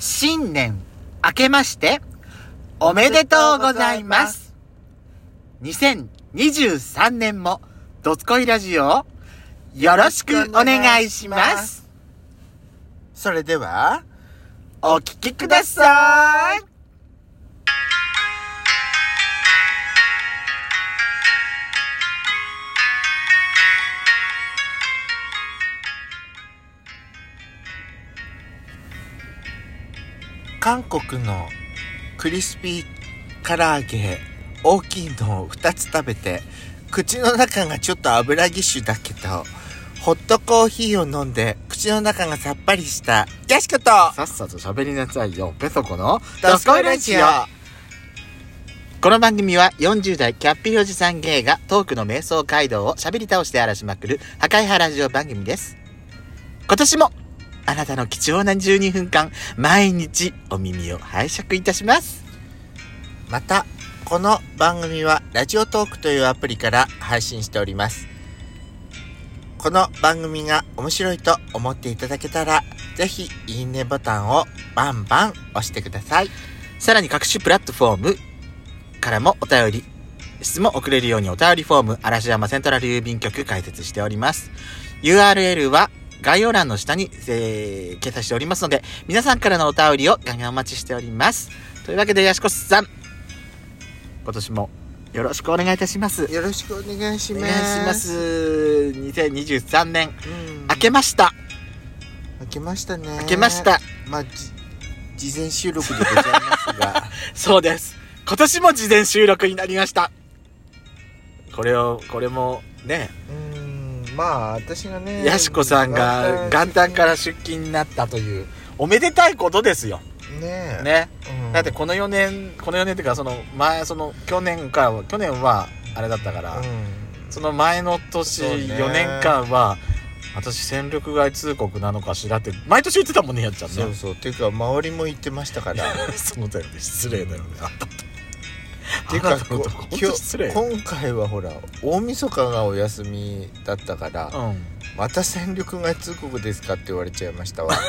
新年明けましておめでとうございます。2023年もどつこいラジオをよろしくお願いします。 それではお聞きください。 韓国のクリスピー唐揚げ大きいのを2つ食べて口の中がちょっと油ぎっしゅだけどホットコーヒーを飲んで口の中がさっぱりしたヤシコとさっさと喋りなさいよペソコのドスコイラジオ。この番組は40代キャッピリおじさん芸がトークの瞑想街道を喋り倒して荒らしまくる破壊派ラジオ番組です。今年もあなたの貴重な12分間毎日お耳を拝借いたします。 またこの番組はラジオトークというアプリから配信しております。この番組が面白いと思っていただけたらぜひいいねボタンをバンバン押してください。 さらに各種プラットフォームからもお便り質問送れるようにお便りフォーム嵐山セントラル郵便局開設しております。 URL は概要欄の下に、掲載しておりますので皆さんからのお便りをガンガンお待ちしております。というわけでヤシコさん今年もよろしくお願いいたします。 よろしくお願いします。 お願いします。2023年明けました。 明けましたね。 明けました。 まあ事前収録でございますがそうです。今年も事前収録になりました。これもねまあ私がねヤシコさんが元旦から出勤になったというおめでたいことですよね、だってこの4年っていうかその前去年はあれだったから、その前の年4年間は私戦力外通告なのかしらって毎年言ってたもんねやっちゃんね。 そうっていうか周りも言ってましたからそうだよね失礼だよねっていうか今回はほら大晦日がお休みだったから、また戦力外通告ですかって言われちゃいましたわ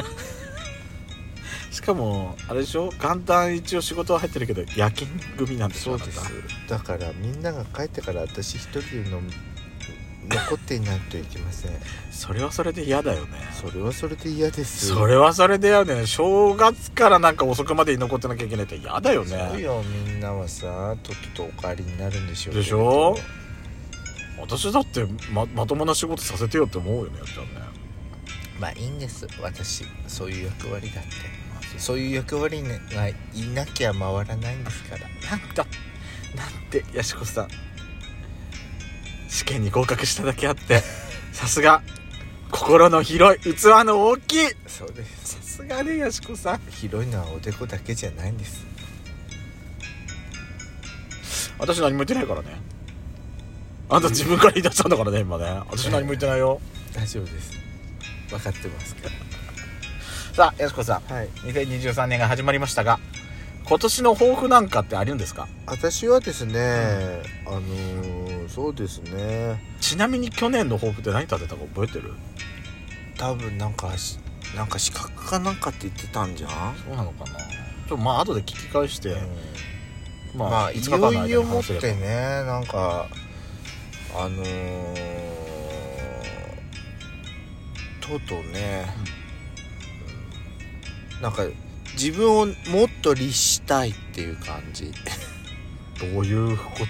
しかもあれでしょ元旦一応仕事は入ってるけど夜勤組なんでしょ。 そうです。だからみんなが帰ってから私一人で残っていないといけませんそれはそれで嫌だよね。 それはそれで嫌です。 それはそれで嫌だよね。正月からなんか遅くまでに残ってなきゃいけないって嫌だよね。 そうよみんなはさとっととお帰りになるんでしょうでしょ。私だって まともな仕事させてよって思うよねやっちゃうね。まあいいんです私そういう役割だってそういう役割がいなきゃ回らないんですから。 なんてヤシコさん試験に合格しただけあってさすが心の広い器の大きい。 そうです。 さすがねヤシコさん。 広いのはおでこだけじゃないんです。 私何も言ってないからね。あんた自分から言い出したんだからね今ね。私何も言ってないよ。 大丈夫です分かってますからさあヤシコさん、2023年が始まりましたが今年の抱負なんかってあるんですか。 私はですね、そうですね。 ちなみに去年の抱負って何立てたか覚えてる。 多分なんか資格かなんかって言ってたんじゃん。 そうなのかな。まあ後で聞き返して、 まあいよいよもってねなんかとうとうね、なんか自分をもっと律したいっていう感じどういうこと。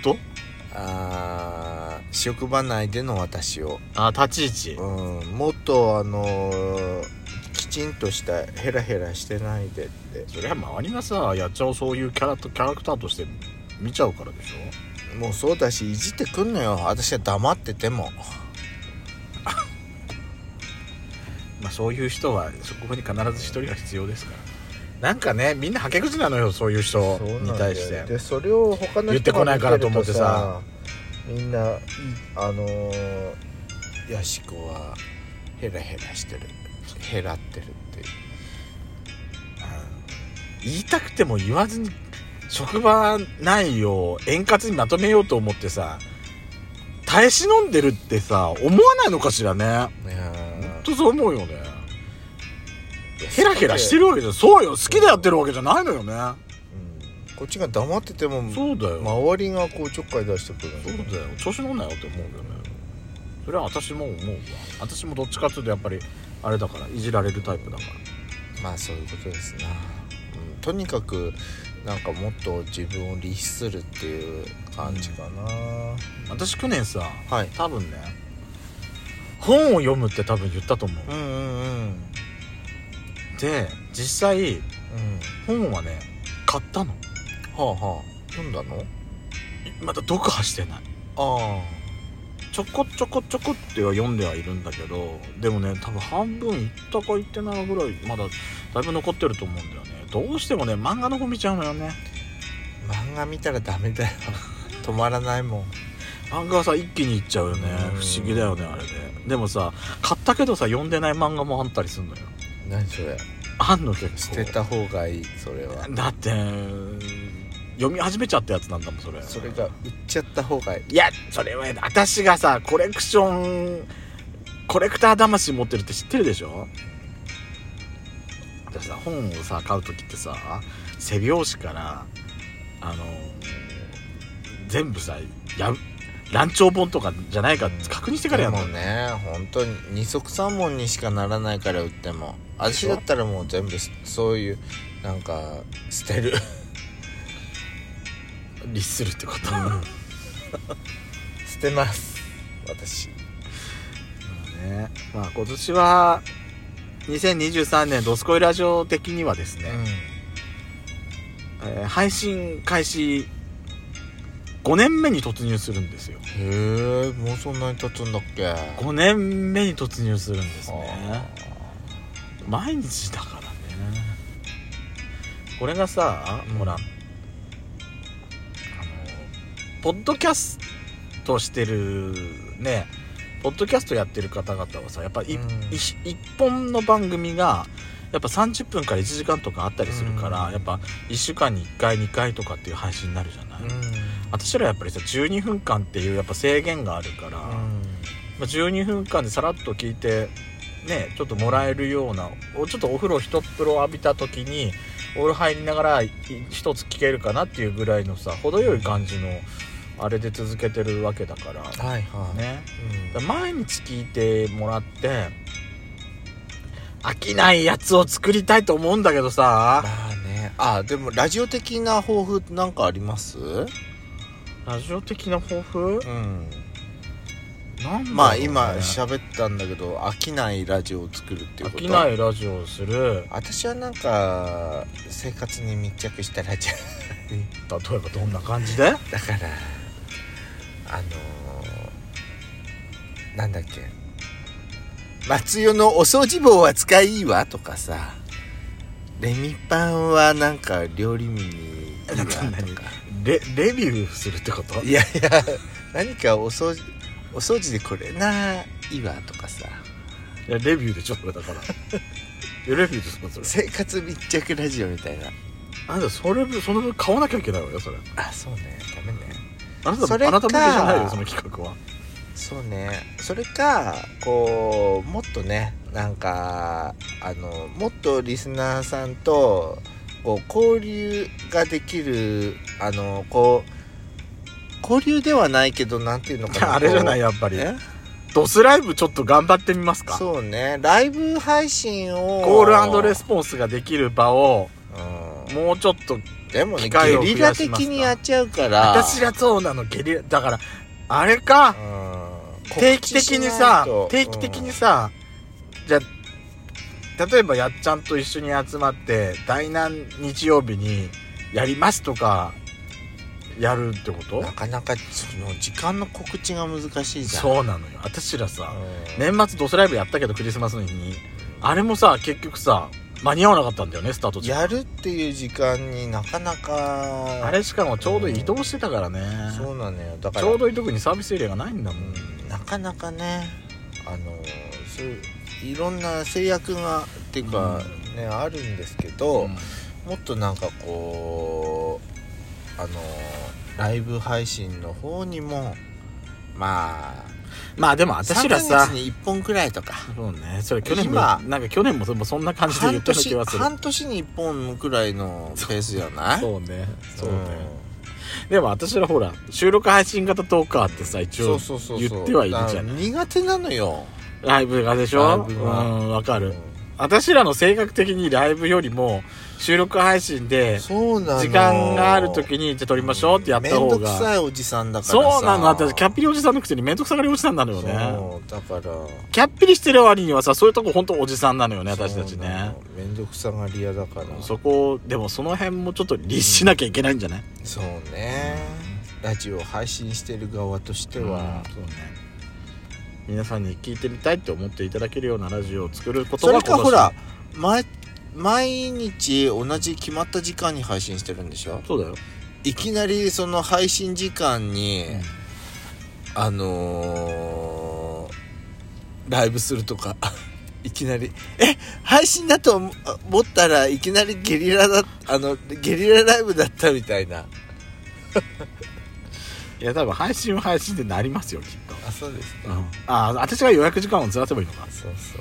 職場内での私を立ち位置、 もっときちんとしたヘラヘラしてないでって。 それは周りがさやっちゃうそういうキャラクターとして見ちゃうからでしょ。 もうそうだしいじってくんのよ私は黙っててもまあそういう人は職場に必ず一人が必要ですから。なんかねみんなはけ口なのよそういう人に対して。 でそれを他の人が言ってこないからと思ってさみんなヤシコはヘラヘラしてるヘラってるっていう、 言いたくても言わずに職場内を円滑にまとめようと思ってさ耐え忍んでるってさ思わないのかしらね。ほんとそう思うよね。 ヘラヘラしてるわけじゃん。そうよ、好きでやってるわけじゃないのよね。 こっちが黙っててもそうだよ、 周りがこうちょっかい出してくる。 そうだよ、調子乗んなよって思うよね。それは私も思うわ。私もどっちかっていうとやっぱりあれだから、いじられるタイプだから。 まあそういうことですな、とにかくなんかもっと自分を律するっていう感じかな、 私去年さ、 はい、 多分ね、本を読むって多分言ったと思う。で、実際、本はね買ったの。 読んだの？ まだ読破してない。ちょこっては読んではいるんだけど、でもね、多分半分いったかいってないぐらいまだだいぶ残ってると思うんだよね。どうしてもね、漫画の方見ちゃうのよね。 漫画見たらダメだよ止まらないもん。 漫画はさ、一気にいっちゃうよね。不思議だよね、あれで。でもさ、買ったけどさ、読んでない漫画もあったりするのよ。 何それ？ あんの結構。 捨てた方がいい、それは。 だって読み始めちゃったやつなんだもん、それ。 それが売っちゃった方がいい。 いや、それは私がさ、コレクター魂持ってるって知ってるでしょ。私さ、本をさ買う時ってさ、背表紙から全部さ、乱調本とかじゃないか確認してからやるの。 でもね、本当に二足三文にしかならないから、売っても。私だったらもう全部そういうなんか捨てる律するってこと、 捨てます私、 ね。まあ今年は2023年ドスコイラジオ的にはですね、配信開始5年目に突入するんですよ。 へえ、もうそんなに経つんだっけ。 5年目に突入するんですね。毎日だからね。これがさ、ほら、ポッドキャストしてるね、ポッドキャストやってる方々はさ、やっぱ一本の番組がやっぱ30分から1時間とかあったりするから、やっぱ1週間に1回2回とかっていう配信になるじゃない。私らやっぱりさ、12分間っていうやっぱ制限があるから、12分間でさらっと聞いてね、ちょっともらえるような、ちょっとお風呂一風呂浴びた時にお風呂入りながら一つ聞けるかなっていうぐらいのさ、程よい感じのあれで続けてるわけだから、ね、毎日聞いてもらって飽きないやつを作りたいと思うんだけどさ。 まあね。でもラジオ的な抱負なんかあります？ ラジオ的な抱負？なんだろうね。 まあ今喋ったんだけど、飽きないラジオを作るっていうこと。 飽きないラジオをする。 私はなんか生活に密着したラジオ例えばどんな感じで？だからなんだっけ、松代のお掃除棒は使いいいわとかさ、レミパンはなんか料理人にいいわとかレビューするってこと？ いや何かお掃除でこれないいわとかさ。 いやレビューでちょっとだからレビューですかそれ。 生活密着ラジオみたいな。 あんたその分買わなきゃいけないわよそれ。 そうね、ダメね。 あなた向けじゃないよその企画は。 そうね。それかこうもっとね、なんかもっとリスナーさんとこう交流ができるこう交流ではないけど、なんていうのかな、 あれじゃない、やっぱりドスライブちょっと頑張ってみますか。 そうね、ライブ配信をコール&レスポンスができる場を、もうちょっとでもね、ゲリラ的にやっちゃうから。 私らそうなの、ゲリラだからあれか、定期的にさ、じゃあ例えばやっちゃんと一緒に集まって第何日曜日にやりますとかやるってこと？ なかなかその時間の告知が難しいじゃん。 そうなのよ。私らさ、年末ドスライブやったけどクリスマスの日にあれもさ、結局さ間に合わなかったんだよね、スタート時間。 やるっていう時間になかなか。 あれしかもちょうど移動してたからね。 そうなのよ。だからちょうどいいとこにサービスエリアがないんだもん。 なかなかね、そういういろんな制約がっていうか、ね、あるんですけど、もっとなんかこうライブ配信の方にもまあまあでも私ら 3ヶさ月に1本くらいとか。 そうね、それ去年も今なんか去年もそんな感じで言ったような気がする。 半年に1本くらいのペースじゃない？ そうねそうね、でも私らほら収録配信型トーカーってさ一応言ってはいるじゃない。 苦手なのよライブがでしょ。 ライブがわかる、私らの性格的にライブよりも収録配信でそうなの時間がある時にじゃあ撮りましょうってやった方がめんどくさいおじさんだからさ。 そうなの、私キャッピリおじさんのくせにめんどくさがりおじさんなのよね。 そうだからキャッピリしてる割にはさそういうとこ本当おじさんなのよね私たちね。 めんどくさがり屋だからそこでもその辺もちょっと律しなきゃいけないんじゃない？ そうね、ラジオを配信してる側としては、 そうね、皆さんに聞いてみたいって思っていただけるようなラジオを作ることそがれかほら毎日同じ決まった時間に配信してるんでしょ。 そうだよ。 いきなりその配信時間に、ライブするとかいきなり配信だと思ったらいきなりゲリラライブだったみたいな。 いや多分配信は配信でなりますよきっと。 あ、そうですか、 私が予約時間をずらせばいいのか。 そうそう、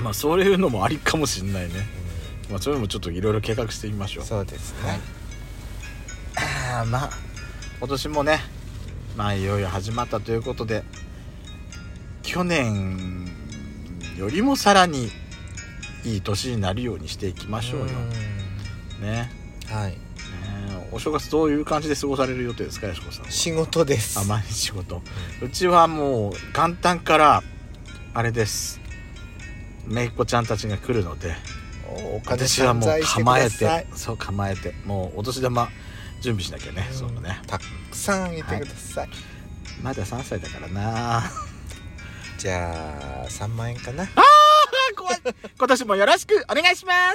まあそういうのもありかもしんないね、まあそういうのもちょっといろいろ計画してみましょう。 そうですね、 まあ今年もねまあいよいよ始まったということで去年よりもさらにいい年になるようにしていきましょうよね。 はい、 お正月どういう感じで過ごされる予定ですか、やしこさんは。 仕事です。 毎日仕事、うちはもう元旦からあれです、めいっ子ちゃんたちが来るのでお金私はもう構えて構えてもうお年玉準備しなきゃね、そうね、 たくさんあげてください、 まだ3歳だからな。 じゃあ3万円かな。 怖い。今年もよろしくお願いします。